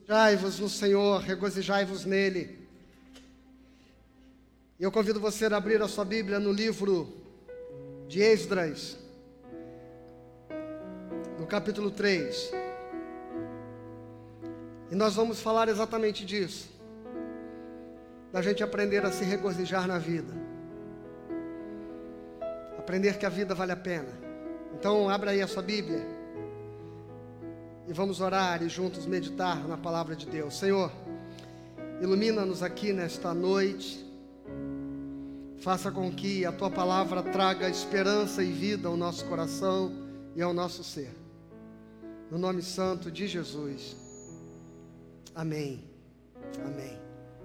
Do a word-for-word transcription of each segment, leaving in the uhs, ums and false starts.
Regozijai-vos no Senhor, regozijai-vos nele. E eu convido você a abrir a sua Bíblia no livro de Esdras, no capítulo três. E nós vamos falar exatamente disso, da gente aprender a se regozijar na vida, aprender que a vida vale a pena. Então abra aí a sua Bíblia e vamos orar e juntos meditar na palavra de Deus. Senhor, ilumina-nos aqui nesta noite, faça com que a Tua palavra traga esperança e vida ao nosso coração e ao nosso ser. No nome santo de Jesus, amém, amém.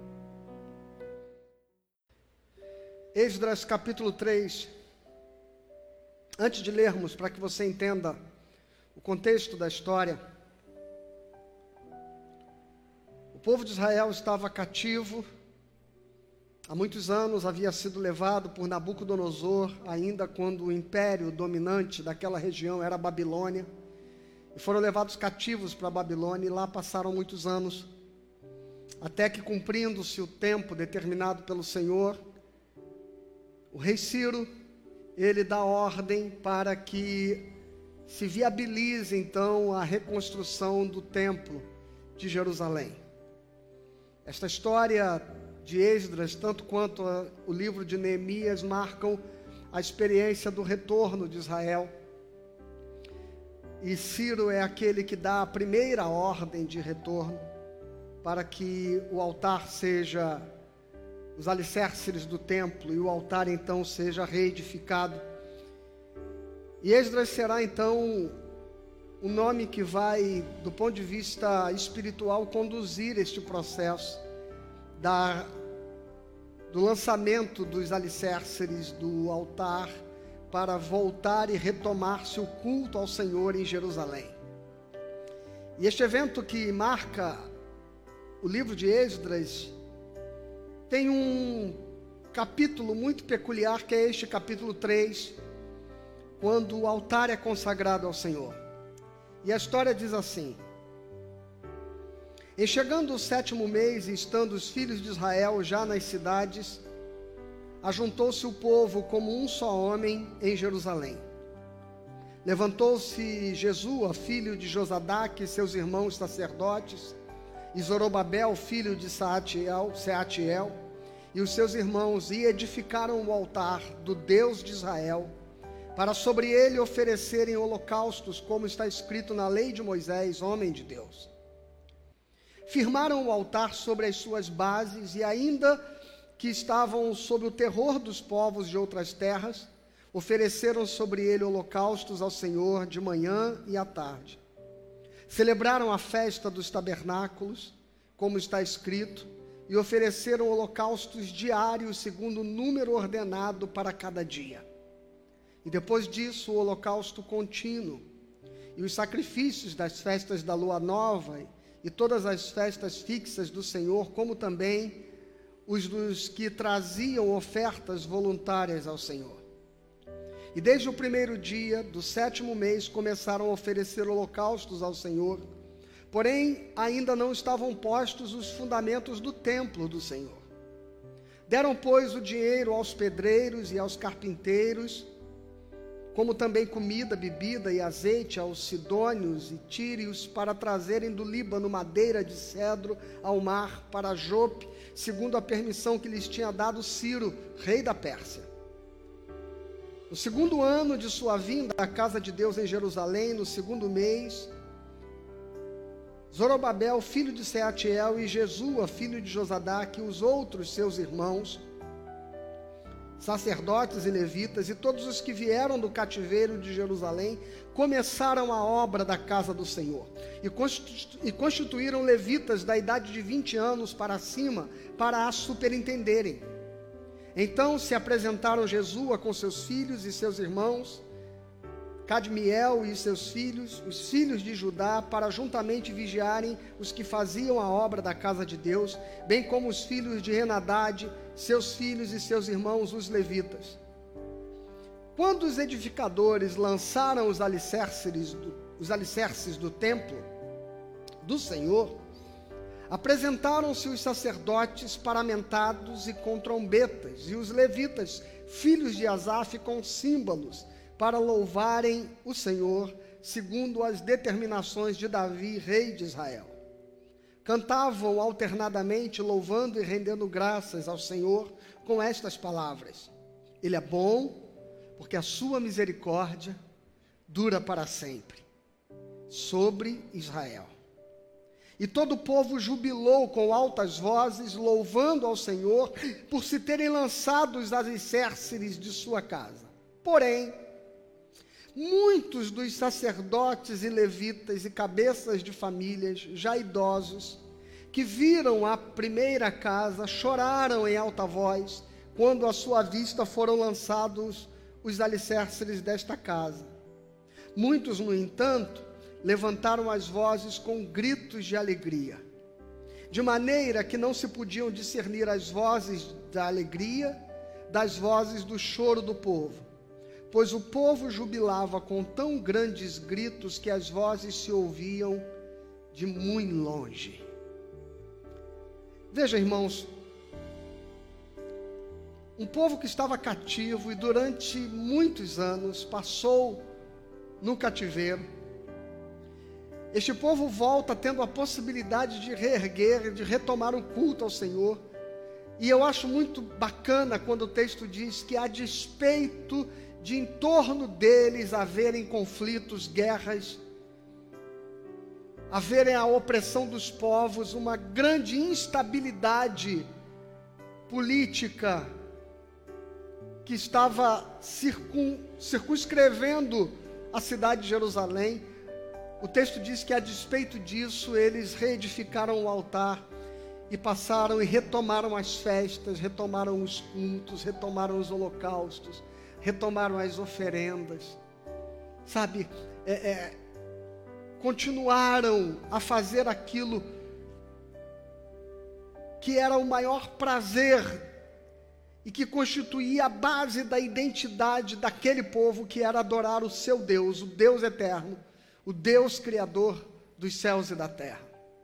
Esdras capítulo três, antes de lermos, para que você entenda o contexto da história, o povo de Israel estava cativo, há muitos anos havia sido levado por Nabucodonosor, ainda quando o império dominante daquela região era a Babilônia, e foram levados cativos para a Babilônia, e lá passaram muitos anos, até que, cumprindo-se o tempo determinado pelo Senhor, o rei Ciro, ele dá ordem para que se viabilize então a reconstrução do templo de Jerusalém. Esta história de Esdras, tanto quanto a, o livro de Neemias, marcam a experiência do retorno de Israel. E Ciro é aquele que dá a primeira ordem de retorno para que o altar seja, os alicerces do templo e o altar então seja reedificado. E Esdras será então o nome que vai, do ponto de vista espiritual, conduzir este processo da, do lançamento dos alicerces do altar para voltar e retomar-se o culto ao Senhor em Jerusalém. E este evento que marca o livro de Esdras tem um capítulo muito peculiar, que é este capítulo três, quando o altar é consagrado ao Senhor. E a história diz assim: em chegando o sétimo mês, e estando os filhos de Israel já nas cidades, ajuntou-se o povo como um só homem em Jerusalém. Levantou-se Jesua, filho de Josadaque, e seus irmãos sacerdotes, e Zorobabel, filho de Saatiel, Seatiel, e os seus irmãos, e edificaram o altar do Deus de Israel, para sobre ele oferecerem holocaustos, como está escrito na lei de Moisés, homem de Deus. Firmaram o altar sobre as suas bases, e ainda que estavam sob o terror dos povos de outras terras, ofereceram sobre ele holocaustos ao Senhor de manhã e à tarde. Celebraram a festa dos tabernáculos, como está escrito, e ofereceram holocaustos diários segundo o número ordenado para cada dia. E depois disso, o holocausto contínuo, e os sacrifícios das festas da lua nova, e todas as festas fixas do Senhor, como também os dos que traziam ofertas voluntárias ao Senhor. E desde o primeiro dia do sétimo mês começaram a oferecer holocaustos ao Senhor, porém ainda não estavam postos os fundamentos do templo do Senhor. Deram, pois, o dinheiro aos pedreiros e aos carpinteiros, como também comida, bebida e azeite aos sidônios e tírios, para trazerem do Líbano madeira de cedro ao mar para Jope, segundo a permissão que lhes tinha dado Ciro, rei da Pérsia. No segundo ano de sua vinda à casa de Deus em Jerusalém, no segundo mês, Zorobabel, filho de Seatiel, e Jesua, filho de Josadaque, e os outros seus irmãos, sacerdotes e levitas, e todos os que vieram do cativeiro de Jerusalém, começaram a obra da casa do Senhor, e constituíram levitas da idade de vinte anos para cima, para a superintenderem. Então se apresentaram Jesua com seus filhos e seus irmãos, Cadmiel e seus filhos, os filhos de Judá, para juntamente vigiarem os que faziam a obra da casa de Deus, bem como os filhos de Henadade, seus filhos e seus irmãos, os levitas. Quando os edificadores lançaram os alicerces do, os alicerces do templo do Senhor, apresentaram-se os sacerdotes paramentados e com trombetas, e os levitas, filhos de Asaf, com símbolos, para louvarem o Senhor, segundo as determinações de Davi, rei de Israel. Cantavam alternadamente, louvando e rendendo graças ao Senhor, com estas palavras: Ele é bom, porque a sua misericórdia dura para sempre, sobre Israel. E todo o povo jubilou com altas vozes, louvando ao Senhor, por se terem lançado os alicerces de sua casa. Porém, muitos dos sacerdotes e levitas e cabeças de famílias, já idosos, que viram a primeira casa, choraram em alta voz, quando à sua vista foram lançados os alicerces desta casa. Muitos, no entanto, levantaram as vozes com gritos de alegria, de maneira que não se podiam discernir as vozes da alegria das vozes do choro do povo, pois o povo jubilava com tão grandes gritos que as vozes se ouviam de muito longe. Veja, irmãos, um povo que estava cativo e durante muitos anos passou no cativeiro, este povo volta tendo a possibilidade de reerguer, de retomar o culto ao Senhor. E eu acho muito bacana quando o texto diz que, a despeito de em torno deles haverem conflitos, guerras, haverem a opressão dos povos, uma grande instabilidade política que estava circun, circunscrevendo a cidade de Jerusalém, o texto diz que, a despeito disso, eles reedificaram o altar e passaram e retomaram as festas, retomaram os cultos, retomaram os holocaustos, retomaram as oferendas, sabe, é, é, continuaram a fazer aquilo que era o maior prazer e que constituía a base da identidade daquele povo, que era adorar o seu Deus, o Deus eterno, o Deus criador dos céus e da terra.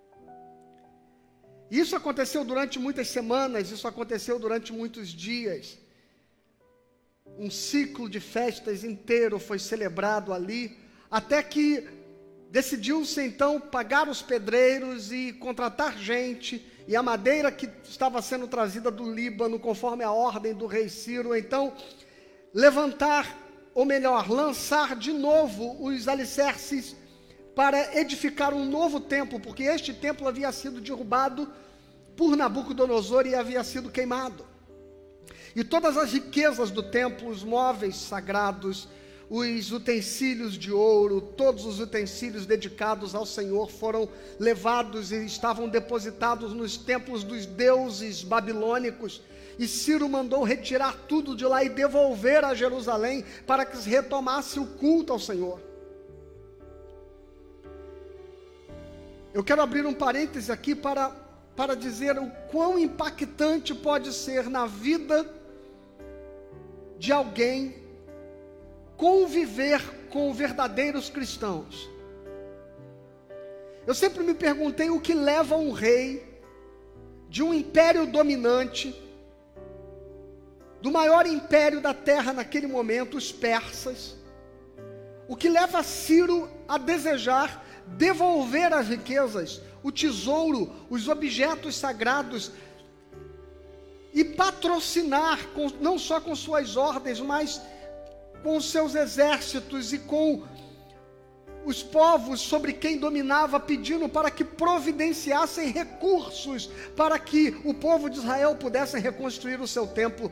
Isso aconteceu durante muitas semanas, isso aconteceu durante muitos dias. Um ciclo de festas inteiro foi celebrado ali, até que decidiu-se então pagar os pedreiros e contratar gente, e a madeira que estava sendo trazida do Líbano, conforme a ordem do rei Ciro, então levantar, ou melhor, lançar de novo os alicerces para edificar um novo templo, porque este templo havia sido derrubado por Nabucodonosor e havia sido queimado. E todas as riquezas do templo, os móveis sagrados, os utensílios de ouro, todos os utensílios dedicados ao Senhor foram levados e estavam depositados nos templos dos deuses babilônicos. E Ciro mandou retirar tudo de lá e devolver a Jerusalém para que se retomasse o culto ao Senhor. Eu quero abrir um parêntese aqui para, para dizer o quão impactante pode ser na vida de alguém conviver com verdadeiros cristãos. Eu sempre me perguntei o que leva um rei de um império dominante, do maior império da terra naquele momento, os persas, o que leva Ciro a desejar devolver as riquezas, o tesouro, os objetos sagrados, e patrocinar, com, não só com suas ordens, mas com os seus exércitos e com os povos sobre quem dominava, pedindo para que providenciassem recursos para que o povo de Israel pudesse reconstruir o seu templo.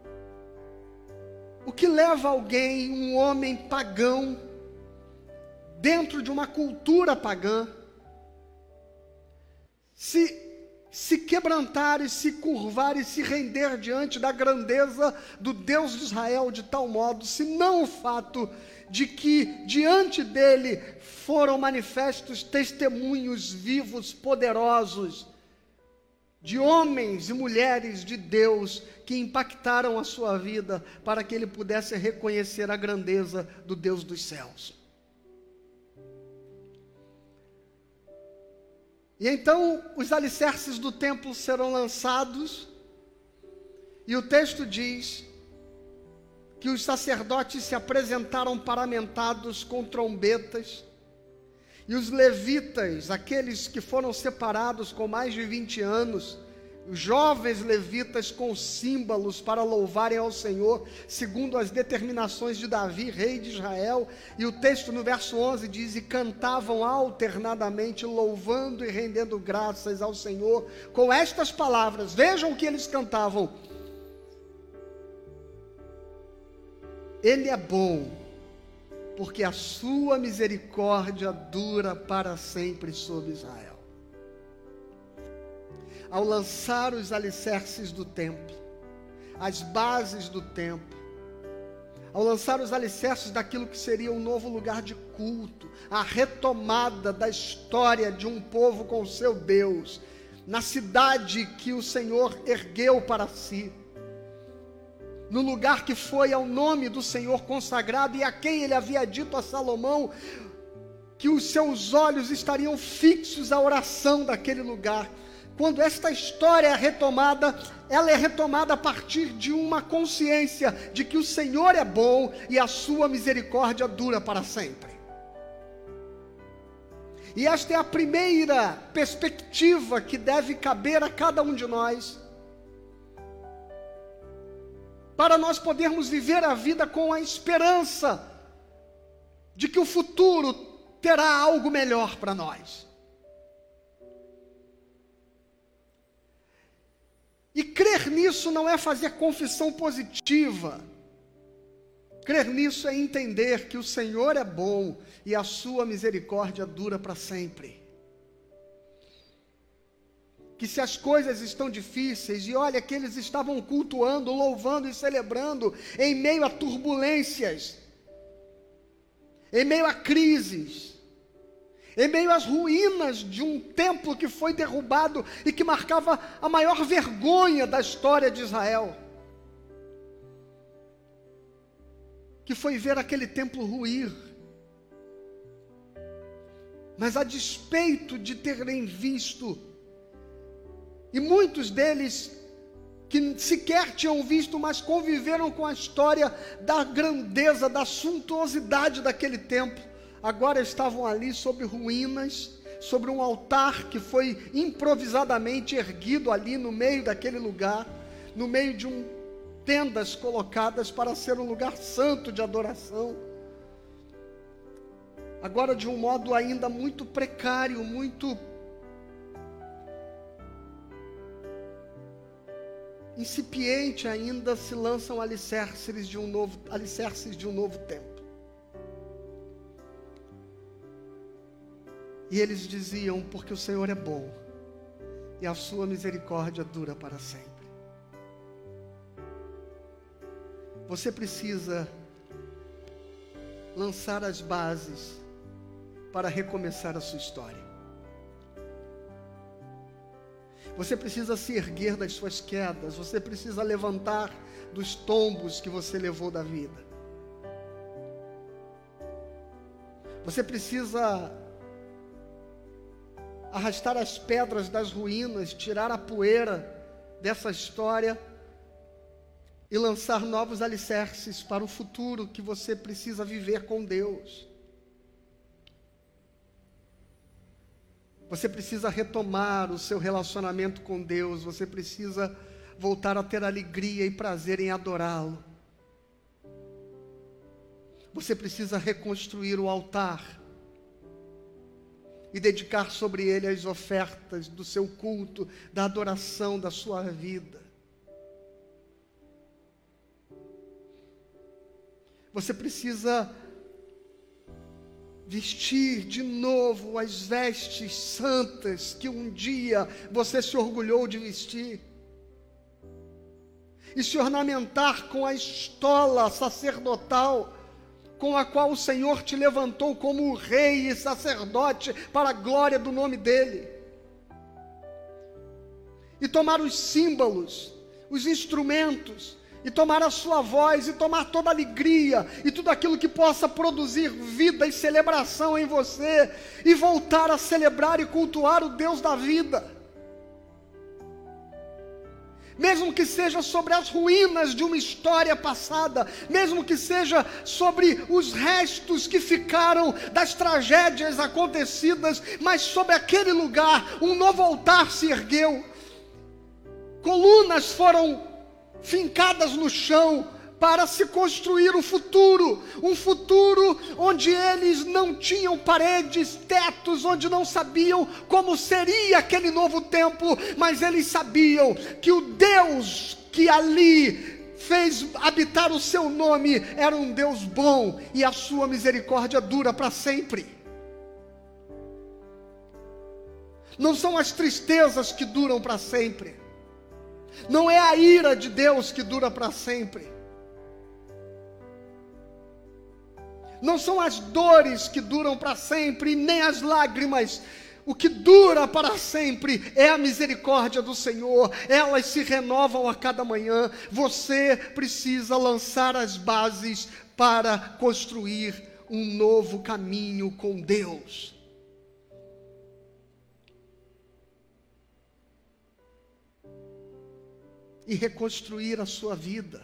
O que leva alguém, um homem pagão, dentro de uma cultura pagã, se, se quebrantar e se curvar e se render diante da grandeza do Deus de Israel de tal modo, se não o fato de que diante dele foram manifestos testemunhos vivos, poderosos, de homens e mulheres de Deus que impactaram a sua vida para que ele pudesse reconhecer a grandeza do Deus dos céus. E então os alicerces do templo serão lançados, e o texto diz que os sacerdotes se apresentaram paramentados com trombetas, e os levitas, aqueles que foram separados com mais de vinte anos, os jovens levitas com símbolos para louvarem ao Senhor, segundo as determinações de Davi, rei de Israel. E o texto no verso onze diz: e cantavam alternadamente, louvando e rendendo graças ao Senhor, com estas palavras. Vejam o que eles cantavam: Ele é bom, porque a sua misericórdia dura para sempre sobre Israel. Ao lançar os alicerces do templo, as bases do templo, ao lançar os alicerces daquilo que seria um novo lugar de culto, a retomada da história de um povo com seu Deus, na cidade que o Senhor ergueu para si, no lugar que foi ao nome do Senhor consagrado, e a quem ele havia dito a Salomão que os seus olhos estariam fixos à oração daquele lugar. Quando esta história é retomada, ela é retomada a partir de uma consciência de que o Senhor é bom e a sua misericórdia dura para sempre. E esta é a primeira perspectiva que deve caber a cada um de nós, para nós podermos viver a vida com a esperança de que o futuro terá algo melhor para nós. E crer nisso não é fazer confissão positiva. Crer nisso é entender que o Senhor é bom e a sua misericórdia dura para sempre. Que se as coisas estão difíceis, e olha que eles estavam cultuando, louvando e celebrando em meio a turbulências, em meio a crises, em meio às ruínas de um templo que foi derrubado e que marcava a maior vergonha da história de Israel, que foi ver aquele templo ruir. Mas a despeito de terem visto, e muitos deles que sequer tinham visto, mas conviveram com a história da grandeza, da suntuosidade daquele templo, agora estavam ali sobre ruínas, sobre um altar que foi improvisadamente erguido ali no meio daquele lugar, no meio de um, tendas colocadas para ser um lugar santo de adoração. Agora de um modo ainda muito precário, muito incipiente ainda, se lançam alicerces de um novo, alicerces de um novo templo. E eles diziam: porque o Senhor é bom e a sua misericórdia dura para sempre. Você precisa lançar as bases para recomeçar a sua história. Você precisa se erguer das suas quedas, você precisa levantar dos tombos que você levou da vida. Você precisa arrastar as pedras das ruínas, tirar a poeira dessa história e lançar novos alicerces para o futuro que você precisa viver com Deus. Você precisa retomar o seu relacionamento com Deus, você precisa voltar a ter alegria e prazer em adorá-lo. Você precisa reconstruir o altar e dedicar sobre ele as ofertas do seu culto, da adoração da sua vida. Você precisa vestir de novo as vestes santas que um dia você se orgulhou de vestir, e se ornamentar com a estola sacerdotal com a qual o Senhor te levantou como rei e sacerdote para a glória do nome dele, e tomar os símbolos, os instrumentos, e tomar a sua voz, e tomar toda a alegria, e tudo aquilo que possa produzir vida e celebração em você, e voltar a celebrar e cultuar o Deus da vida. Mesmo que seja sobre as ruínas de uma história passada, mesmo que seja sobre os restos que ficaram das tragédias acontecidas, mas sobre aquele lugar, um novo altar se ergueu, colunas foram fincadas no chão, para se construir um futuro, um futuro onde eles não tinham paredes, tetos, onde não sabiam como seria aquele novo tempo, mas eles sabiam que o Deus que ali fez habitar o seu nome era um Deus bom, e a sua misericórdia dura para sempre. Não são as tristezas que duram para sempre, não é a ira de Deus que dura para sempre, não são as dores que duram para sempre, nem as lágrimas. O que dura para sempre é a misericórdia do Senhor. Elas se renovam a cada manhã. Você precisa lançar as bases para construir um novo caminho com Deus. E reconstruir a sua vida.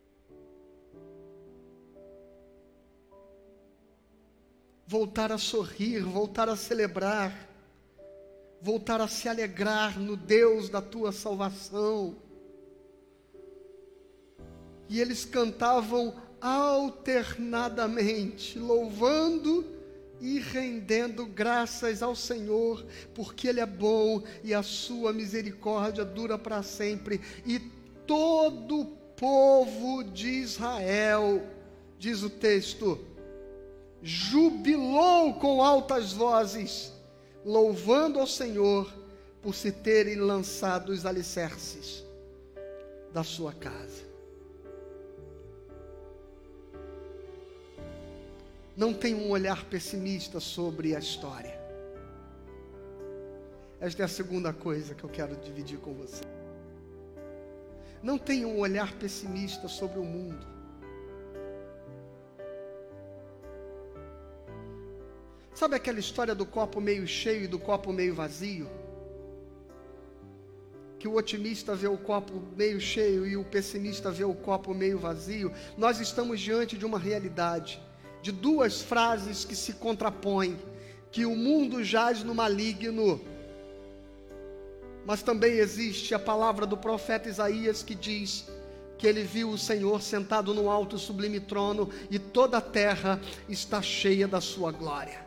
Voltar a sorrir, voltar a celebrar, voltar a se alegrar no Deus da tua salvação. E eles cantavam alternadamente, louvando e rendendo graças ao Senhor, porque Ele é bom e a sua misericórdia dura para sempre. E todo o povo de Israel, diz o texto, jubilou com altas vozes, louvando ao Senhor por se terem lançado os alicerces da sua casa. Não tenha um olhar pessimista sobre a história. Esta é a segunda coisa que eu quero dividir com você. Não tenha um olhar pessimista sobre o mundo. Sabe aquela história do copo meio cheio e do copo meio vazio? Que o otimista vê o copo meio cheio e o pessimista vê o copo meio vazio. Nós estamos diante de uma realidade, de duas frases que se contrapõem, que o mundo jaz no maligno, mas também existe a palavra do profeta Isaías que diz que ele viu o Senhor sentado no alto e sublime trono, e toda a terra está cheia da sua glória.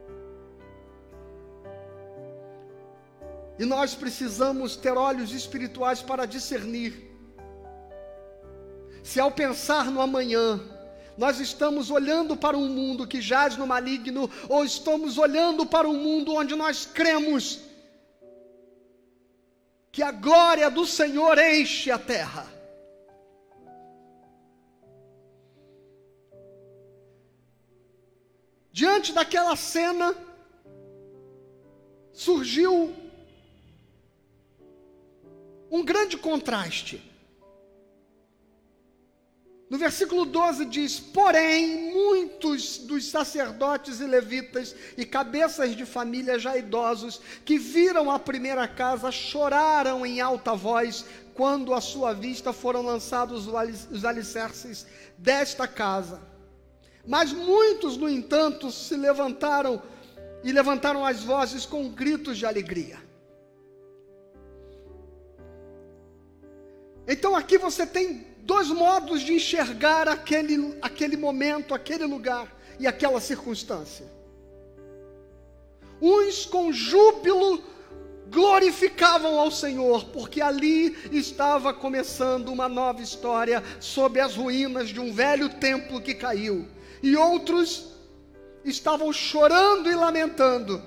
E nós precisamos ter olhos espirituais para discernir se ao pensar no amanhã, nós estamos olhando para um mundo que jaz no maligno, ou estamos olhando para um mundo onde nós cremos que a glória do Senhor enche a terra. Diante daquela cena, surgiu um grande contraste. No versículo doze diz: porém, muitos dos sacerdotes e levitas e cabeças de família já idosos, que viram a primeira casa, choraram em alta voz, quando à sua vista foram lançados os alicerces desta casa. Mas muitos, no entanto, se levantaram e levantaram as vozes com gritos de alegria. Então aqui você tem dois modos de enxergar aquele, aquele momento, aquele lugar e aquela circunstância. Uns com júbilo glorificavam ao Senhor, porque ali estava começando uma nova história sob as ruínas de um velho templo que caiu. E outros estavam chorando e lamentando,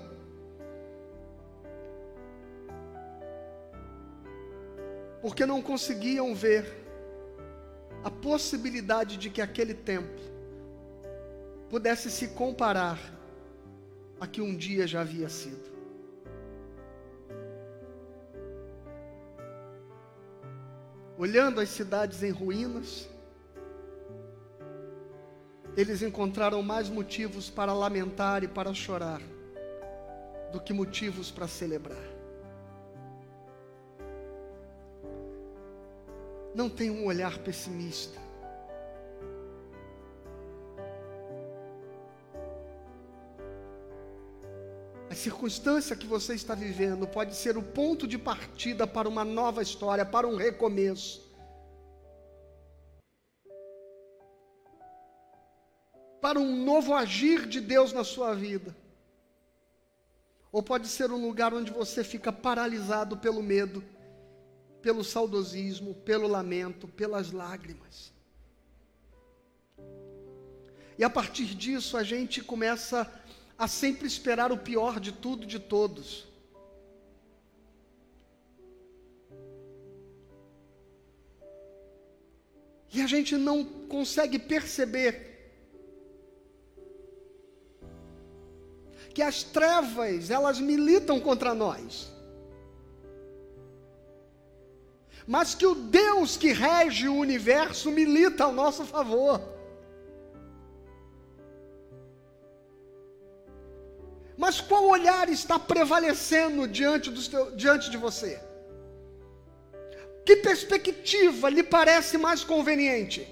porque não conseguiam ver a possibilidade de que aquele templo pudesse se comparar a que um dia já havia sido. olhando as cidades em ruínas, eles encontraram mais motivos para lamentar e para chorar do que motivos para celebrar. Não tenha um olhar pessimista. A circunstância que você está vivendo pode ser o ponto de partida para uma nova história, para um recomeço. Para um novo agir de Deus na sua vida. Ou pode ser um lugar onde você fica paralisado pelo medo, pelo saudosismo, pelo lamento, pelas lágrimas. E a partir disso a gente começa a sempre esperar o pior de tudo e de todos. E a gente não consegue perceber que as trevas, elas militam contra nós. Mas que o Deus que rege o universo milita ao nosso favor. Mas qual olhar está prevalecendo diante, do seu, diante de você? Que perspectiva lhe parece mais conveniente?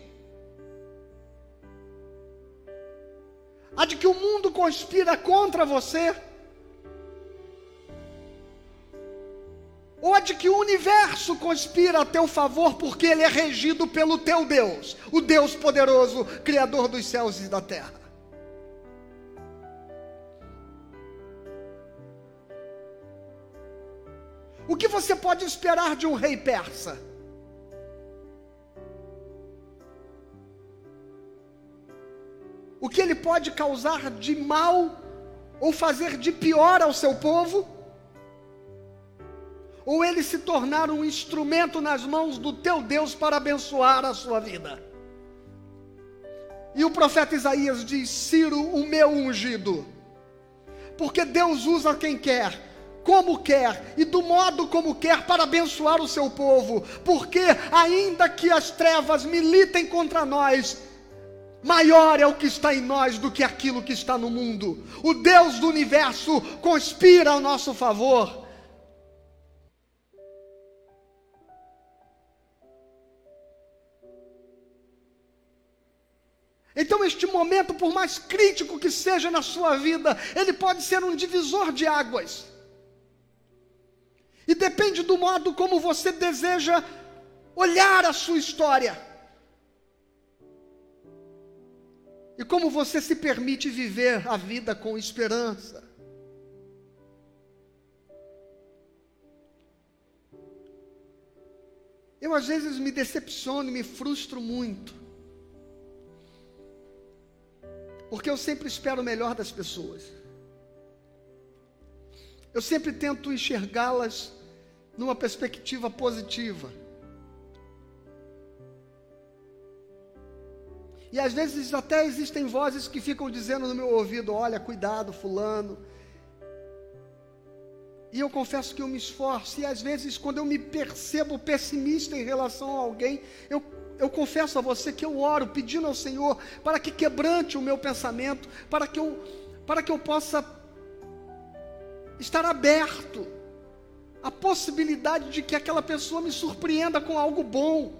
A de que o mundo conspira contra você? Ou a de que o universo conspira a teu favor porque ele é regido pelo teu Deus, o Deus poderoso, Criador dos céus e da terra? O que você pode esperar de um rei persa? O que ele pode causar de mal ou fazer de pior ao seu povo? Ou ele se tornar um instrumento nas mãos do teu Deus para abençoar a sua vida? E o profeta Isaías diz: Ciro, o meu ungido. Porque Deus usa quem quer, como quer e do modo como quer para abençoar o seu povo. Porque ainda que as trevas militem contra nós, maior é o que está em nós do que aquilo que está no mundo. O Deus do universo conspira ao nosso favor. Então este momento, por mais crítico que seja na sua vida, ele pode ser um divisor de águas. E depende do modo como você deseja olhar a sua história. E como você se permite viver a vida com esperança. Eu às vezes me decepciono e me frustro muito. Porque eu sempre espero o melhor das pessoas. Eu sempre tento enxergá-las numa perspectiva positiva. E às vezes até existem vozes que ficam dizendo no meu ouvido: olha, cuidado, fulano. E eu confesso que eu me esforço. E às vezes quando eu me percebo pessimista em relação a alguém, eu, eu confesso a você que eu oro pedindo ao Senhor para que quebrante o meu pensamento, para que eu, para que eu possa estar aberto à possibilidade de que aquela pessoa me surpreenda com algo bom.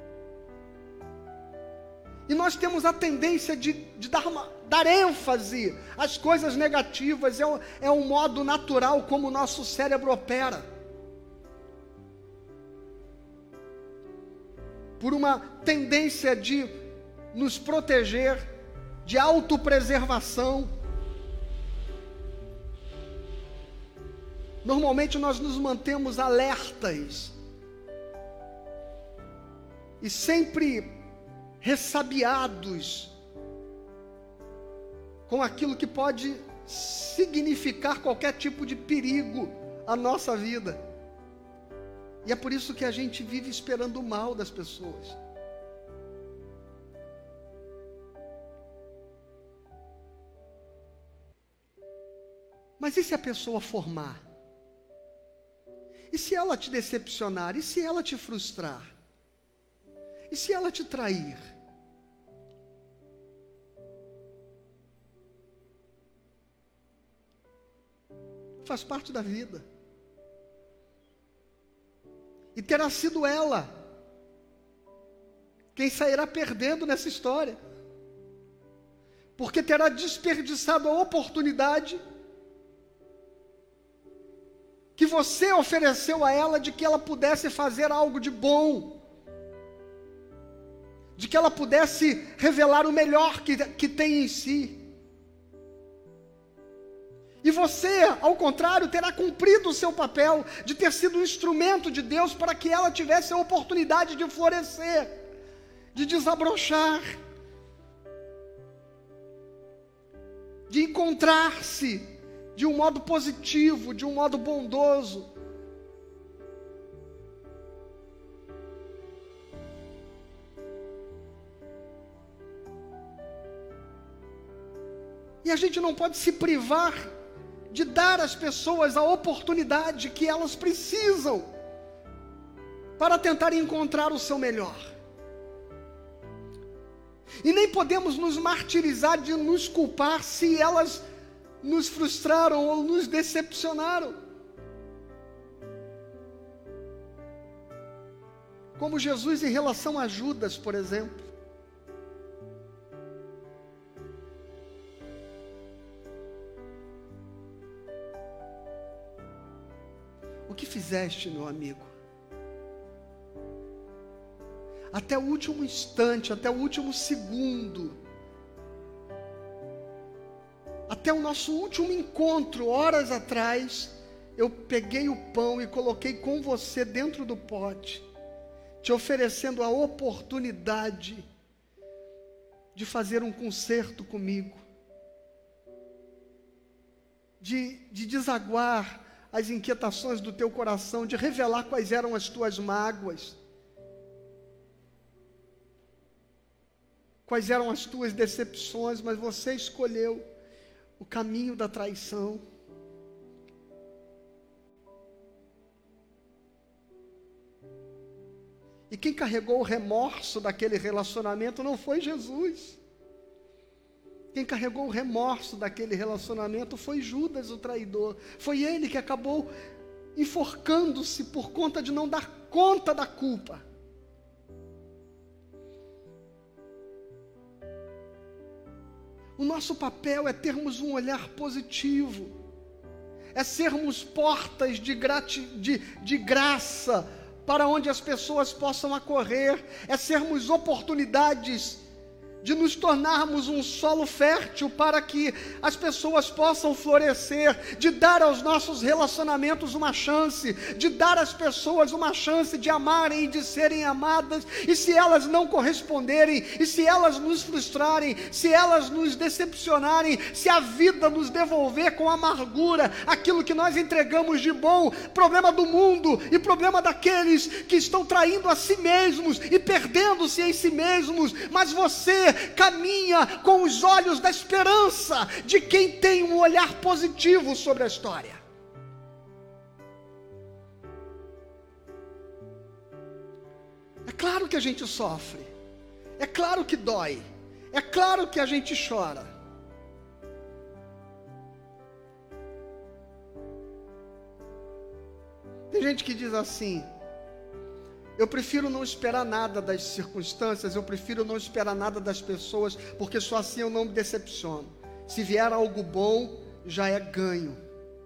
E nós temos a tendência de, de dar, uma, dar ênfase às coisas negativas. É, é um modo natural como o nosso cérebro opera. Por uma tendência de nos proteger, de autopreservação. Normalmente nós nos mantemos alertas e sempre ressabiados com aquilo que pode significar qualquer tipo de perigo à nossa vida. E é por isso que a gente vive esperando o mal das pessoas. Mas e se a pessoa for má? E se ela te decepcionar? E se ela te frustrar? E se ela te trair? Faz parte da vida. E terá sido ela quem sairá perdendo nessa história. Porque terá desperdiçado a oportunidade que você ofereceu a ela de que ela pudesse fazer algo de bom, de que ela pudesse revelar o melhor que, que tem em si. E você, ao contrário, terá cumprido o seu papel de ter sido um instrumento de Deus para que ela tivesse a oportunidade de florescer, de desabrochar, de encontrar-se de um modo positivo, de um modo bondoso. E a gente não pode se privar de dar às pessoas a oportunidade que elas precisam para tentar encontrar o seu melhor. E nem podemos nos martirizar de nos culpar se elas nos frustraram ou nos decepcionaram. Como Jesus em relação a Judas, por exemplo. O que fizeste, meu amigo? Até o último instante, até o último segundo, até o nosso último encontro, horas atrás, eu peguei o pão e coloquei com você dentro do pote, te oferecendo a oportunidade de fazer um concerto comigo, de, de desaguar as inquietações do teu coração, de revelar quais eram as tuas mágoas, quais eram as tuas decepções, mas você escolheu o caminho da traição. E quem carregou o remorso daquele relacionamento não foi Jesus. Quem carregou o remorso daquele relacionamento foi Judas, o traidor. Foi ele que acabou enforcando-se por conta de não dar conta da culpa. O nosso papel é termos um olhar positivo, é sermos portas de, grati, de, de graça para onde as pessoas possam acorrer, é sermos oportunidades de nos tornarmos um solo fértil para que as pessoas possam florescer, de dar aos nossos relacionamentos uma chance, de dar às pessoas uma chance de amarem e de serem amadas, e se elas não corresponderem, e se elas nos frustrarem, se elas nos decepcionarem, se a vida nos devolver com amargura aquilo que nós entregamos de bom, problema do mundo e problema daqueles que estão traindo a si mesmos e perdendo-se em si mesmos, mas você caminha com os olhos da esperança de quem tem um olhar positivo sobre a história. É claro que a gente sofre, é claro que dói, é claro que a gente chora. Tem gente que diz assim: eu prefiro não esperar nada das circunstâncias, eu prefiro não esperar nada das pessoas, porque só assim eu não me decepciono. Se vier algo bom, já é ganho.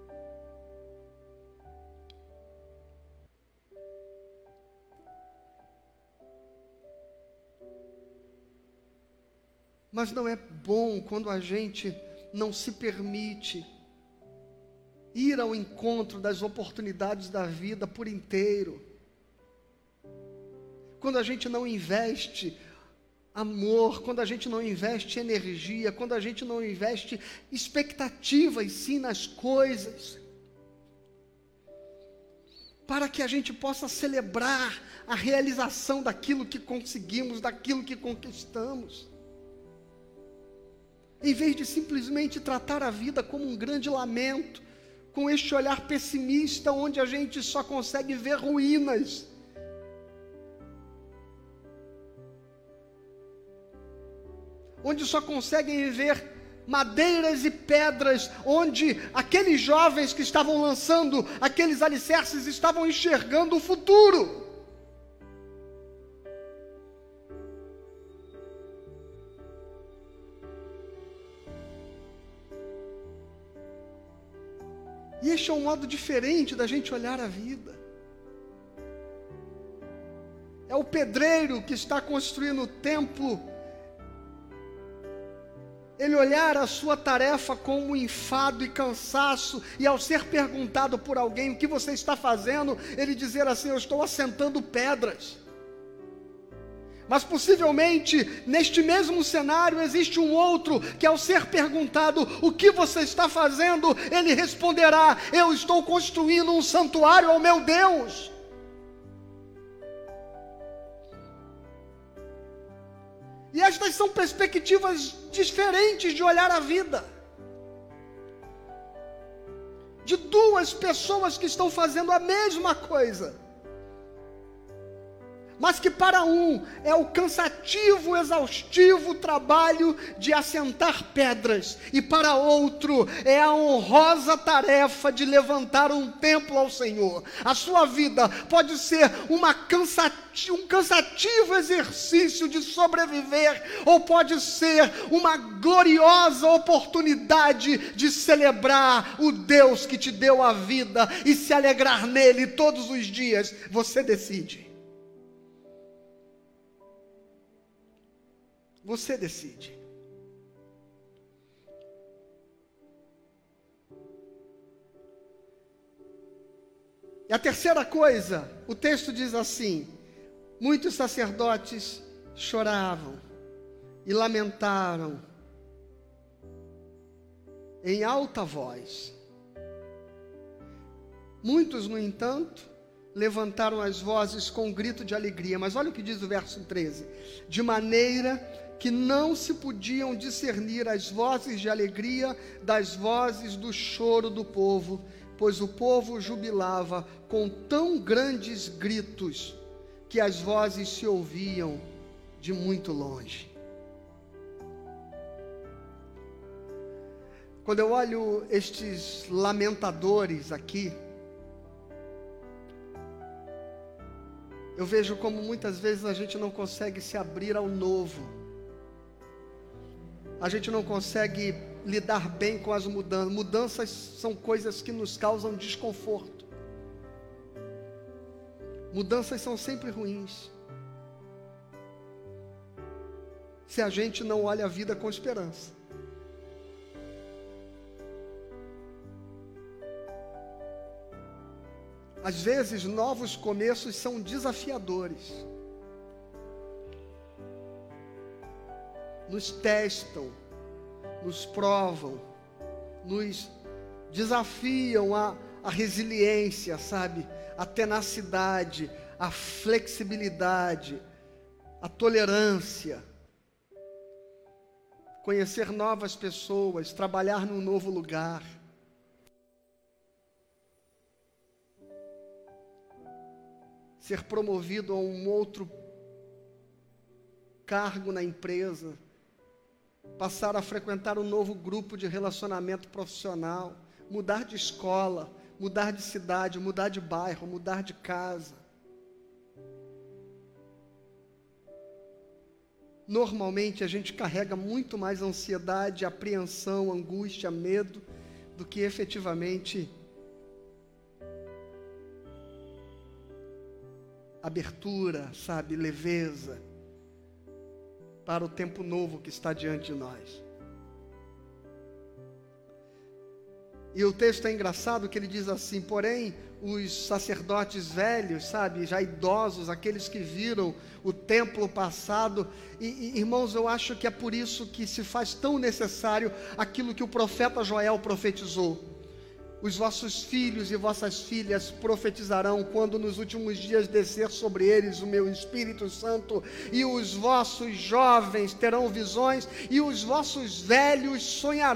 Mas não é bom quando a gente não se permite ir ao encontro das oportunidades da vida por inteiro. Quando a gente não investe amor, quando a gente não investe energia, quando a gente não investe expectativas sim nas coisas, para que a gente possa celebrar a realização daquilo que conseguimos, daquilo que conquistamos, em vez de simplesmente tratar a vida como um grande lamento, com este olhar pessimista, onde a gente só consegue ver ruínas. onde só conseguem ver madeiras e pedras, onde aqueles jovens que estavam lançando aqueles alicerces estavam enxergando o futuro. E este é um modo diferente da gente olhar a vida. É o pedreiro que está construindo o templo, ele olhar a sua tarefa como um enfado e cansaço, e ao ser perguntado por alguém o que você está fazendo, ele dizer assim: eu estou assentando pedras. Mas possivelmente, neste mesmo cenário, existe um outro, que ao ser perguntado o que você está fazendo, ele responderá: eu estou construindo um santuário ao meu Deus. E estas são perspectivas diferentes de olhar a vida. De duas pessoas que estão fazendo a mesma coisa, mas que para um é o cansativo, exaustivo trabalho de assentar pedras, e para outro é a honrosa tarefa de levantar um templo ao Senhor. A sua vida pode ser uma cansati- um cansativo exercício de sobreviver, ou pode ser uma gloriosa oportunidade de celebrar o Deus que te deu a vida e se alegrar nele todos os dias. Você decide. Você decide. E a terceira coisa, o texto diz assim: muitos sacerdotes choravam e lamentaram em alta voz. Muitos, no entanto, levantaram as vozes com um grito de alegria. Mas olha o que diz o verso treze: de maneira que não se podiam discernir as vozes de alegria das vozes do choro do povo, pois o povo jubilava com tão grandes gritos que as vozes se ouviam de muito longe. Quando eu olho estes lamentadores aqui, eu vejo como muitas vezes a gente não consegue se abrir ao novo. A gente não consegue lidar bem com as mudanças. Mudanças são coisas que nos causam desconforto. Mudanças são sempre ruins, se a gente não olha a vida com esperança. Às vezes, novos começos são desafiadores. Nos testam, nos provam, nos desafiam a, a resiliência, sabe? A tenacidade, a flexibilidade, a tolerância. Conhecer novas pessoas, trabalhar num novo lugar. Ser promovido a um outro cargo na empresa, passar a frequentar um novo grupo de relacionamento profissional, mudar de escola, mudar de cidade, mudar de bairro, mudar de casa. Normalmente a gente carrega muito mais ansiedade, apreensão, angústia, medo, do que efetivamente abertura, sabe, leveza para o tempo novo que está diante de nós. E o texto é engraçado que ele diz assim: porém, os sacerdotes velhos, sabe, já idosos, aqueles que viram o templo passado, e, e irmãos, eu acho que é por isso que se faz tão necessário aquilo que o profeta Joel profetizou: os vossos filhos e vossas filhas profetizarão quando nos últimos dias descer sobre eles o meu Espírito Santo, e os vossos jovens terão visões, e os vossos velhos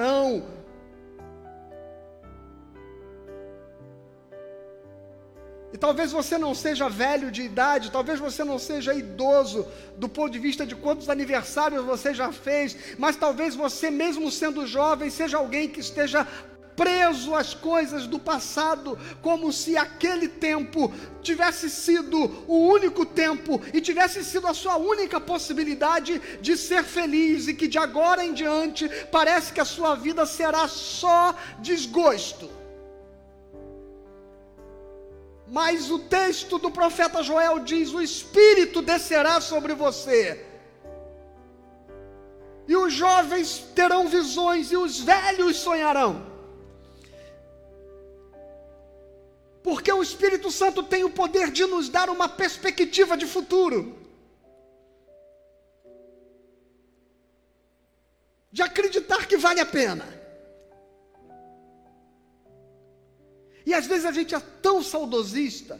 sonharão. E talvez você não seja velho de idade, talvez você não seja idoso do ponto de vista de quantos aniversários você já fez, mas talvez você, mesmo sendo jovem, seja alguém que esteja preso às coisas do passado, como se aquele tempo tivesse sido o único tempo e tivesse sido a sua única possibilidade de ser feliz, e que de agora em diante parece que a sua vida será só desgosto. Mas o texto do profeta Joel diz: o Espírito descerá sobre você, e os jovens terão visões, e os velhos sonharão. Porque o Espírito Santo tem o poder de nos dar uma perspectiva de futuro, de acreditar que vale a pena. E às vezes a gente é tão saudosista,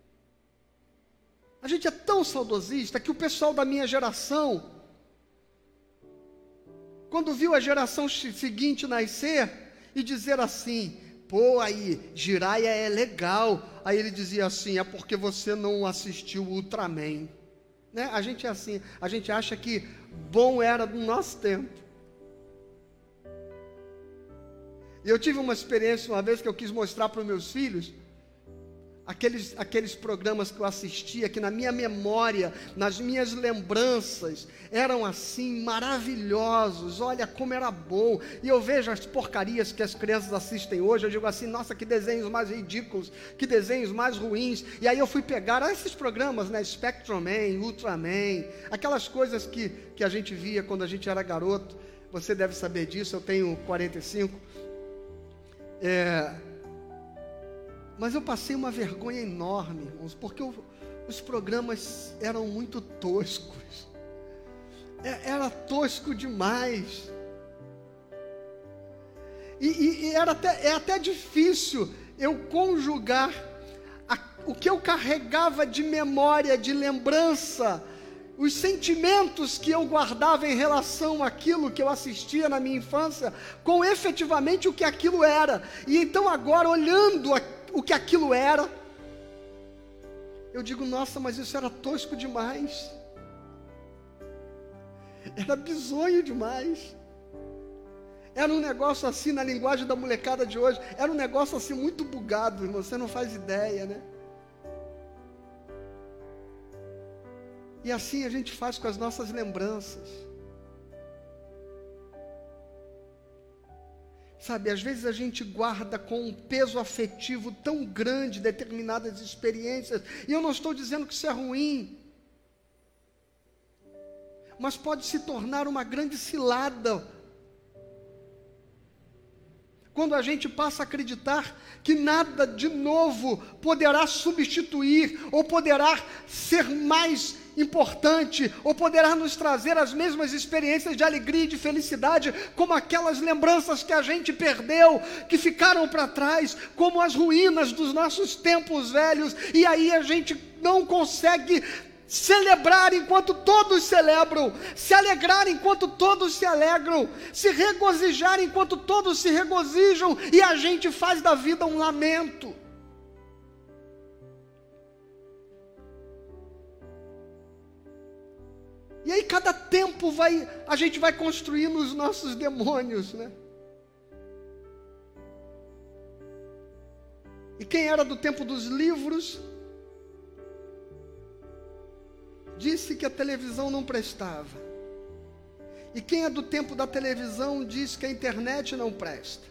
a gente é tão saudosista, que o pessoal da minha geração, quando viu a geração seguinte nascer e dizer assim: pô, aí, Jiraya é legal. Aí ele dizia assim: é porque você não assistiu o Ultraman. Né? A gente é assim, a gente acha que bom era do nosso tempo. E eu tive uma experiência uma vez que eu quis mostrar para os meus filhos, aqueles, aqueles programas que eu assistia, que na minha memória, nas minhas lembranças, eram assim, maravilhosos. Olha como era bom. E eu vejo as porcarias que as crianças assistem hoje, eu digo assim: nossa, que desenhos mais ridículos, que desenhos mais ruins. E aí eu fui pegar esses programas, né, Spectrum Man, Ultraman, aquelas coisas que, que a gente via quando a gente era garoto. Você deve saber disso, eu tenho quarenta e cinco. É... Mas eu passei uma vergonha enorme, irmãos, porque o, os programas eram muito toscos. É, era tosco demais. E, e, e era até, é até difícil eu conjugar a, o que eu carregava de memória, de lembrança, os sentimentos que eu guardava em relação àquilo que eu assistia na minha infância, com efetivamente o que aquilo era. E então agora, olhando a, o que aquilo era, eu digo: nossa, mas isso era tosco demais, era bizonho demais, era um negócio assim, na linguagem da molecada de hoje, era um negócio assim muito bugado, irmão, você não faz ideia, né? E assim a gente faz com as nossas lembranças. Sabe, às vezes a gente guarda com um peso afetivo tão grande determinadas experiências, e eu não estou dizendo que isso é ruim, mas pode se tornar uma grande cilada, quando a gente passa a acreditar que nada de novo poderá substituir, ou poderá ser mais importante, ou poderá nos trazer as mesmas experiências de alegria e de felicidade, como aquelas lembranças que a gente perdeu, que ficaram para trás, como as ruínas dos nossos tempos velhos, e aí a gente não consegue celebrar enquanto todos celebram, se alegrar enquanto todos se alegram, se regozijar enquanto todos se regozijam, e a gente faz da vida um lamento. E aí cada tempo vai, a gente vai construindo os nossos demônios, né? E quem era do tempo dos livros disse que a televisão não prestava. E quem é do tempo da televisão diz que a internet não presta.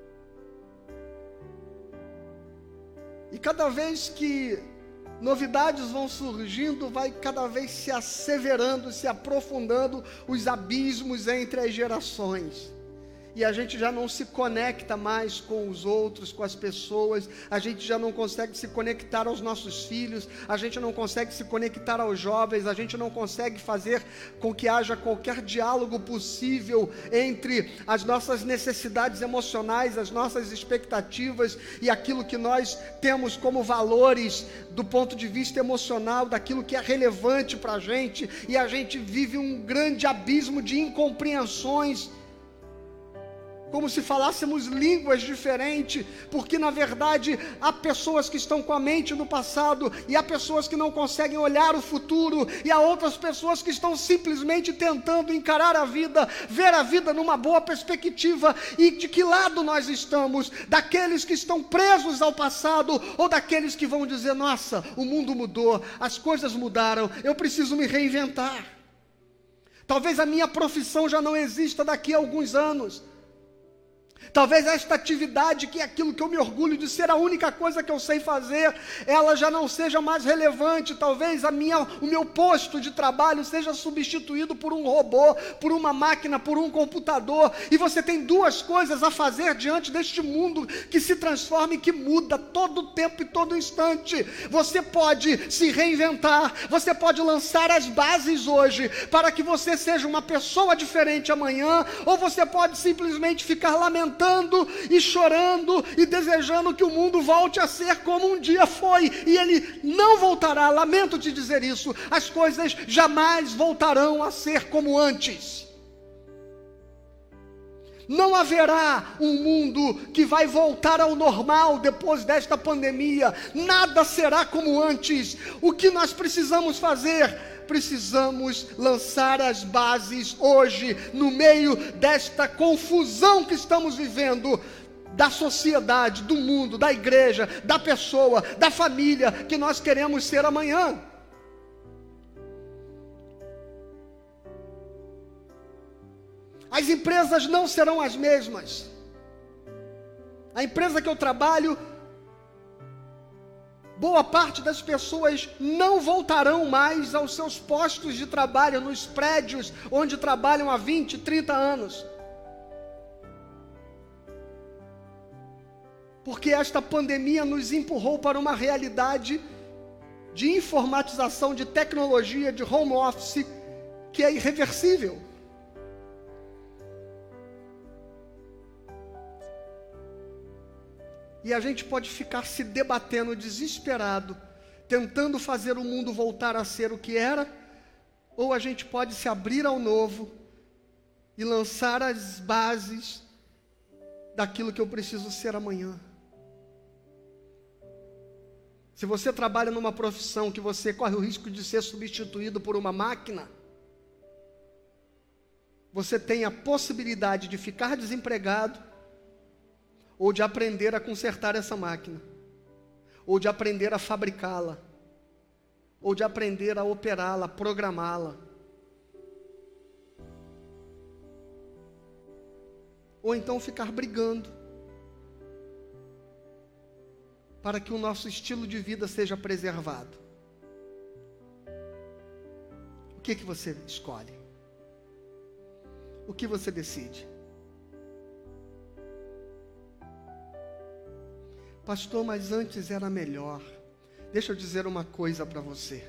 E cada vez que novidades vão surgindo, vai cada vez se asseverando, se aprofundando os abismos entre as gerações. E a gente já não se conecta mais com os outros, com as pessoas, a gente já não consegue se conectar aos nossos filhos, a gente não consegue se conectar aos jovens, a gente não consegue fazer com que haja qualquer diálogo possível entre as nossas necessidades emocionais, as nossas expectativas e aquilo que nós temos como valores do ponto de vista emocional, daquilo que é relevante para a gente, e a gente vive um grande abismo de incompreensões. como se falássemos línguas diferentes, porque na verdade há pessoas que estão com a mente no passado, e há pessoas que não conseguem olhar o futuro, e há outras pessoas que estão simplesmente tentando encarar a vida, ver a vida numa boa perspectiva. E de que lado nós estamos? Daqueles que estão presos ao passado, ou daqueles que vão dizer: nossa, o mundo mudou, as coisas mudaram, eu preciso me reinventar. Talvez a minha profissão já não exista daqui a alguns anos. Talvez esta atividade, que é aquilo que eu me orgulho de ser a única coisa que eu sei fazer, ela já não seja mais relevante. Talvez a minha, o meu posto de trabalho seja substituído por um robô, por uma máquina, por um computador. E você tem duas coisas a fazer diante deste mundo que se transforma e que muda todo tempo e todo instante. Você pode se reinventar, você pode lançar as bases hoje para que você seja uma pessoa diferente amanhã, ou você pode simplesmente ficar lamentando e chorando e desejando que o mundo volte a ser como um dia foi, e ele não voltará. Lamento te dizer isso, as coisas jamais voltarão a ser como antes. Não haverá um mundo que vai voltar ao normal depois desta pandemia. Nada será como antes. O que nós precisamos fazer? Precisamos lançar as bases hoje, no meio desta confusão que estamos vivendo, da sociedade, do mundo, da igreja, da pessoa, da família, que nós queremos ser amanhã. As empresas não serão as mesmas. A empresa que eu trabalho, boa parte das pessoas não voltarão mais aos seus postos de trabalho, nos prédios onde trabalham há vinte, trinta anos. Porque esta pandemia nos empurrou para uma realidade de informatização, de tecnologia, de home office, que é irreversível. E a gente pode ficar se debatendo desesperado, tentando fazer o mundo voltar a ser o que era, ou a gente pode se abrir ao novo e lançar as bases daquilo que eu preciso ser amanhã. Se você trabalha numa profissão que você corre o risco de ser substituído por uma máquina, você tem a possibilidade de ficar desempregado, ou de aprender a consertar essa máquina, ou de aprender a fabricá-la, ou de aprender a operá-la, programá-la. Ou então ficar brigando para que o nosso estilo de vida seja preservado. O que que você escolhe? O que você decide? Pastor, mas antes era melhor. Deixa eu dizer uma coisa para você.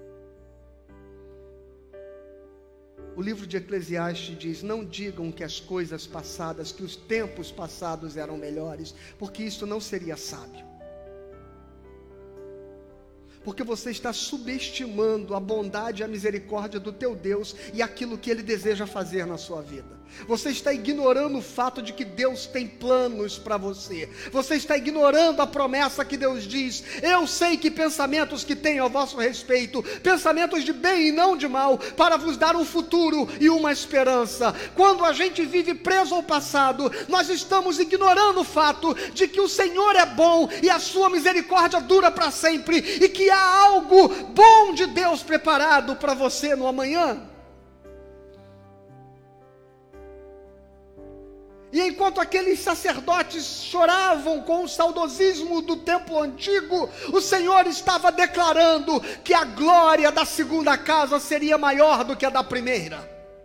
O livro de Eclesiastes diz: não digam que as coisas passadas, que os tempos passados eram melhores, porque isso não seria sábio. Porque você está subestimando a bondade e a misericórdia do teu Deus e aquilo que Ele deseja fazer na sua vida. Você está ignorando o fato de que Deus tem planos para você. Você está ignorando a promessa que Deus diz: eu sei que pensamentos que tenho a vosso respeito, pensamentos de bem e não de mal, para vos dar um futuro e uma esperança. Quando a gente vive preso ao passado, nós estamos ignorando o fato de que o Senhor é bom e a sua misericórdia dura para sempre, e que há algo bom de Deus preparado para você no amanhã. E enquanto aqueles sacerdotes choravam com o saudosismo do templo antigo, o Senhor estava declarando que a glória da segunda casa seria maior do que a da primeira.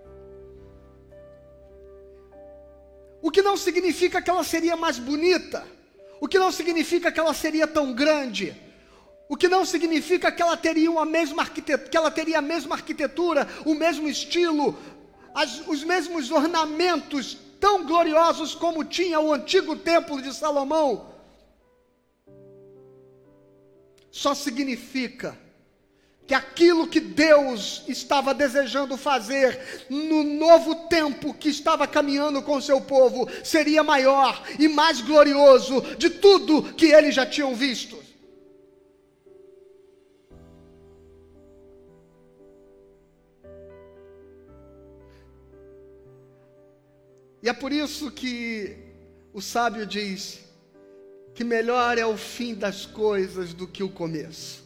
O que não significa que ela seria mais bonita, o que não significa que ela seria tão grande, o que não significa que ela teria, uma mesma arquitetura, que ela teria a mesma arquitetura, o mesmo estilo, as, os mesmos ornamentos tão gloriosos como tinha o antigo templo de Salomão. Só significa que aquilo que Deus estava desejando fazer no novo tempo que estava caminhando com o seu povo seria maior e mais glorioso de tudo que eles já tinham visto. E é por isso que o sábio diz que melhor é o fim das coisas do que o começo.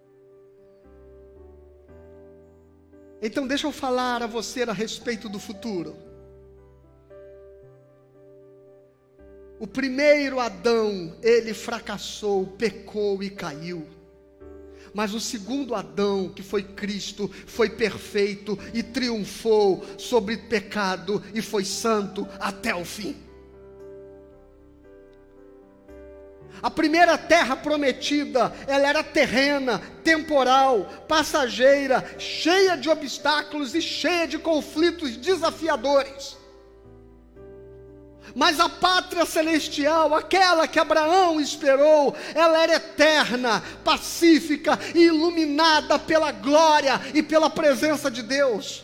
Então deixa eu falar a você a respeito do futuro. O primeiro Adão, ele fracassou, pecou e caiu. Mas o segundo Adão, que foi Cristo, foi perfeito e triunfou sobre o pecado e foi santo até o fim. A primeira terra prometida, ela era terrena, temporal, passageira, cheia de obstáculos e cheia de conflitos desafiadores. Mas a pátria celestial, aquela que Abraão esperou, ela era eterna, pacífica e iluminada pela glória e pela presença de Deus.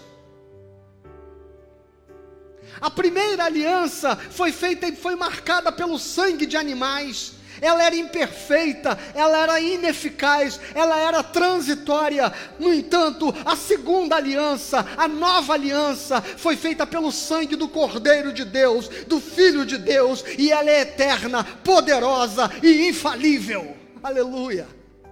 A primeira aliança foi feita e foi marcada pelo sangue de animais. Ela era imperfeita, ela era ineficaz, ela era transitória. No entanto, a segunda aliança, a nova aliança, foi feita pelo sangue do Cordeiro de Deus, do Filho de Deus, e ela é eterna, poderosa e infalível. Aleluia!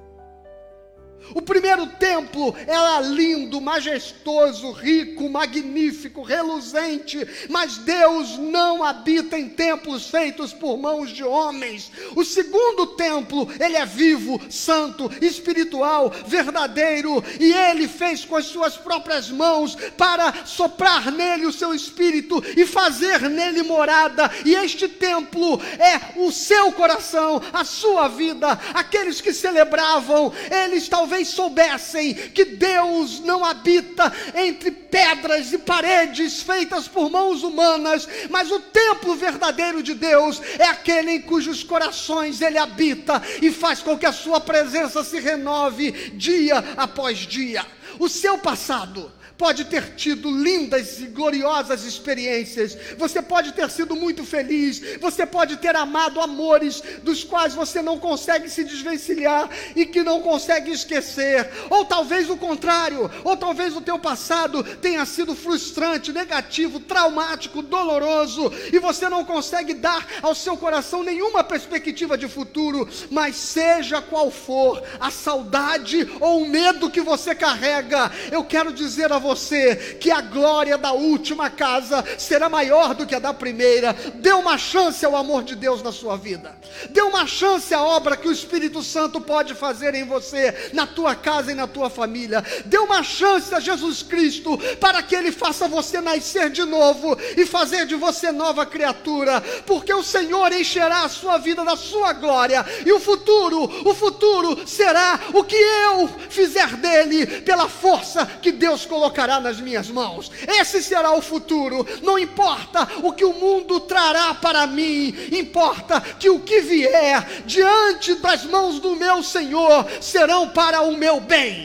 O primeiro templo era lindo, majestoso, rico, magnífico, reluzente, mas Deus não habita em templos feitos por mãos de homens. O segundo templo, ele é vivo, santo, espiritual, verdadeiro, e ele fez com as suas próprias mãos para soprar nele o seu espírito e fazer nele morada, e este templo é o seu coração, a sua vida. Aqueles que celebravam, eles talvez soubessem que Deus não habita entre pedras e paredes feitas por mãos humanas, mas o templo verdadeiro de Deus é aquele em cujos corações Ele habita e faz com que a sua presença se renove dia após dia. O seu passado pode ter tido lindas e gloriosas experiências, você pode ter sido muito feliz, você pode ter amado amores dos quais você não consegue se desvencilhar e que não consegue esquecer, ou talvez o contrário, ou talvez o teu passado tenha sido frustrante, negativo, traumático, doloroso, e você não consegue dar ao seu coração nenhuma perspectiva de futuro. Mas seja qual for a saudade ou o medo que você carrega, eu quero dizer a você Você, que a glória da última casa será maior do que a da primeira. Dê uma chance ao amor de Deus na sua vida, dê uma chance à obra que o Espírito Santo pode fazer em você, na tua casa e na tua família. Dê uma chance a Jesus Cristo, para que Ele faça você nascer de novo e fazer de você nova criatura, porque o Senhor encherá a sua vida da sua glória, e o futuro, o futuro será o que eu fizer dele, pela força que Deus colocará nas minhas mãos. Esse será o futuro. Não importa o que o mundo trará para mim, importa que o que vier diante das mãos do meu Senhor serão para o meu bem.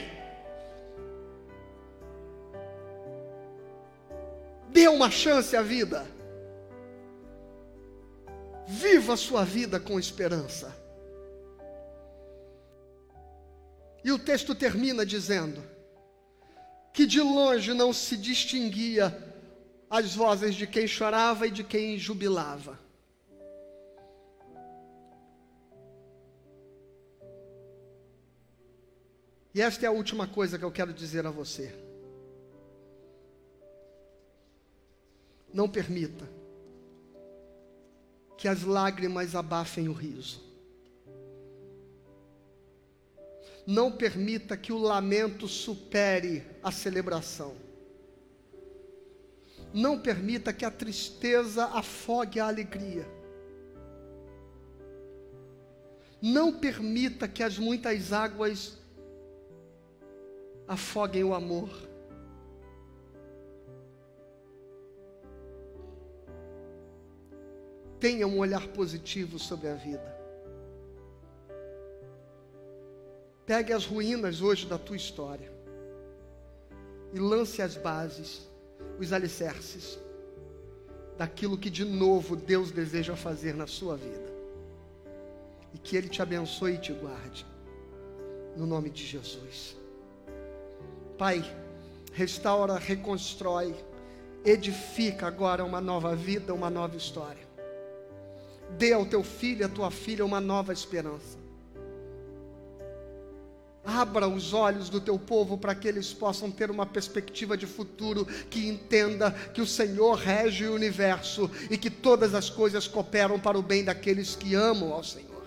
Dê uma chance à vida. Viva a sua vida com esperança. E o texto termina dizendo que de longe não se distinguia as vozes de quem chorava e de quem jubilava. E esta é a última coisa que eu quero dizer a você. Não permita que as lágrimas abafem o riso. Não permita que o lamento supere a celebração. Não permita que a tristeza afogue a alegria. Não permita que as muitas águas afoguem o amor. Tenha um olhar positivo sobre a vida. Pegue as ruínas hoje da tua história e lance as bases, os alicerces daquilo que de novo Deus deseja fazer na sua vida. E que Ele te abençoe e te guarde, no nome de Jesus. Pai, restaura, reconstrói, edifica agora uma nova vida, uma nova história. Dê ao teu filho e à tua filha uma nova esperança. Abra os olhos do teu povo para que eles possam ter uma perspectiva de futuro, que entenda que o Senhor rege o universo e que todas as coisas cooperam para o bem daqueles que amam ao Senhor.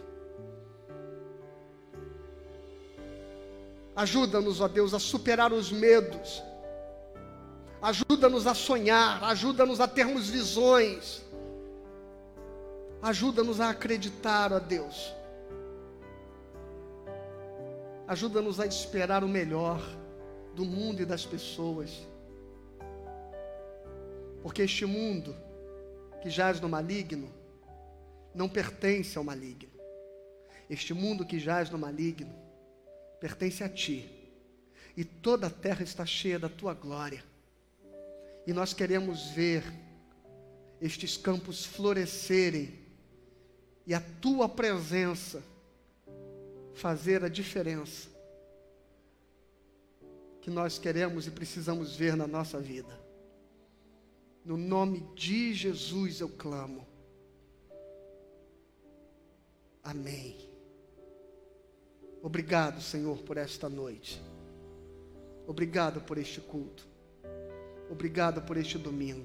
Ajuda-nos, ó Deus, a superar os medos. Ajuda-nos a sonhar, ajuda-nos a termos visões. Ajuda-nos a acreditar, ó Deus. Ajuda-nos a esperar o melhor do mundo e das pessoas. Porque este mundo que jaz no maligno não pertence ao maligno. Este mundo que jaz no maligno pertence a Ti. E toda a terra está cheia da Tua glória. E nós queremos ver estes campos florescerem e a Tua presença fazer a diferença que nós queremos e precisamos ver na nossa vida. No nome de Jesus eu clamo. Amém. Obrigado, Senhor, por esta noite. Obrigado por este culto. Obrigado por este domingo.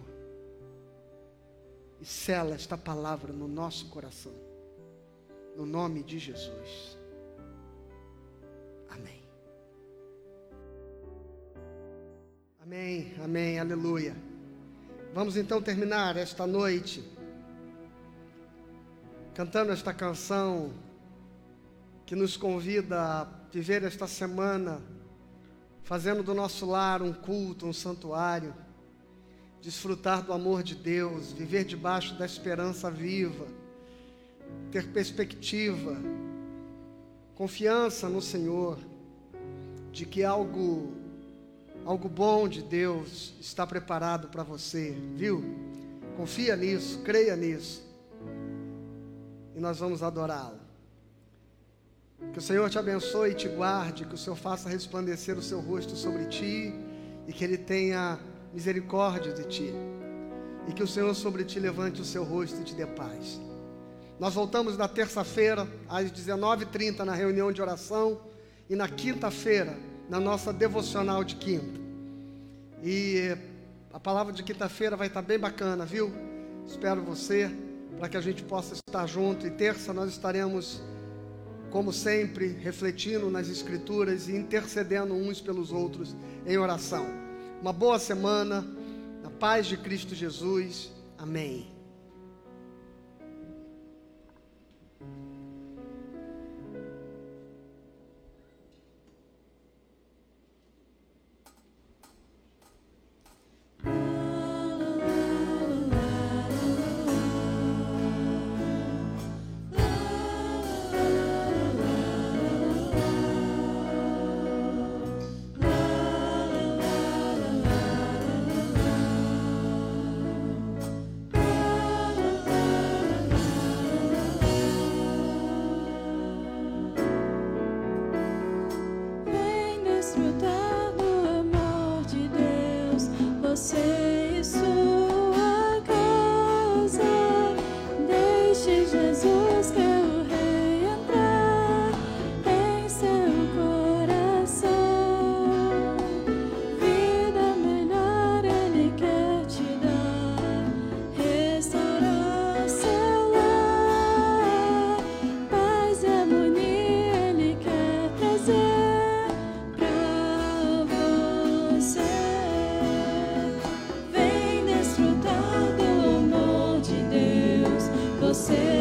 E sela esta palavra no nosso coração. No nome de Jesus. Amém. Amém, amém, aleluia. Vamos então terminar esta noite cantando esta canção que nos convida a viver esta semana fazendo do nosso lar um culto, um santuário, desfrutar do amor de Deus, viver debaixo da esperança viva, ter perspectiva, confiança no Senhor, de que algo, algo bom de Deus está preparado para você, viu? Confia nisso, creia nisso, e nós vamos adorá-lo. Que o Senhor te abençoe e te guarde, que o Senhor faça resplandecer o seu rosto sobre ti, e que Ele tenha misericórdia de ti, e que o Senhor sobre ti levante o seu rosto e te dê paz. Nós voltamos na terça-feira, às dezenove e trinta, na reunião de oração, e na quinta-feira, na nossa devocional de quinta. E a palavra de quinta-feira vai estar bem bacana, viu? Espero você, para que a gente possa estar junto. E terça nós estaremos, como sempre, refletindo nas Escrituras e intercedendo uns pelos outros em oração. Uma boa semana, na paz de Cristo Jesus. Amém.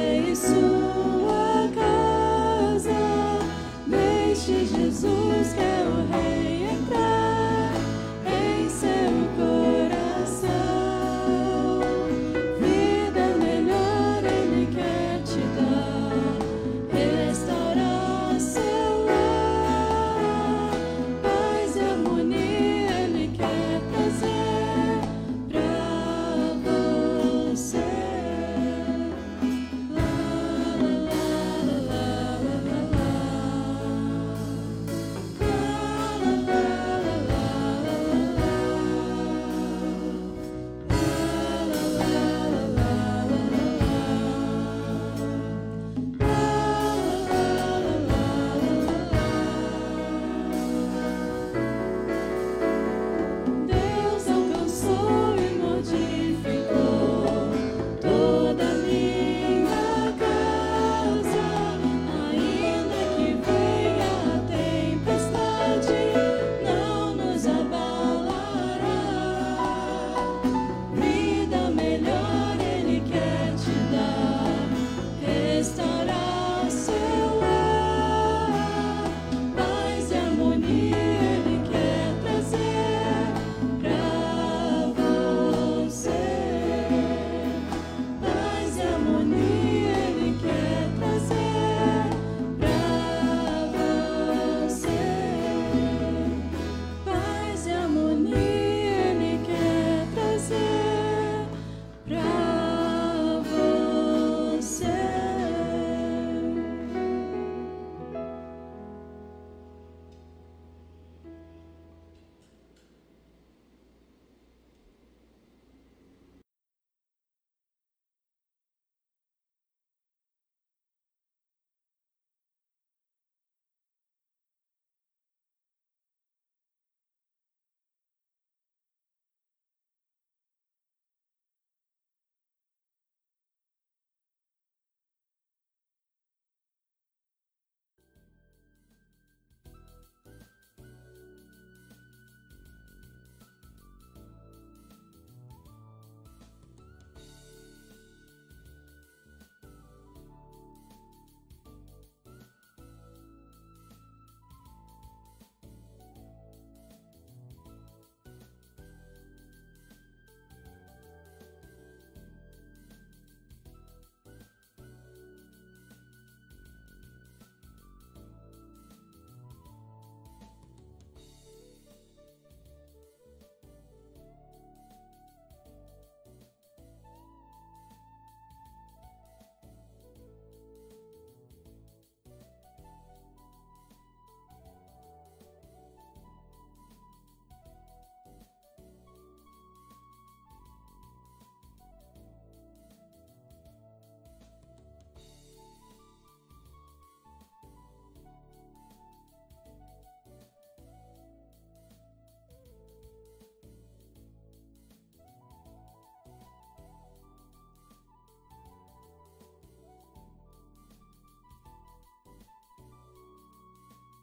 Você e sua casa, deixe Jesus.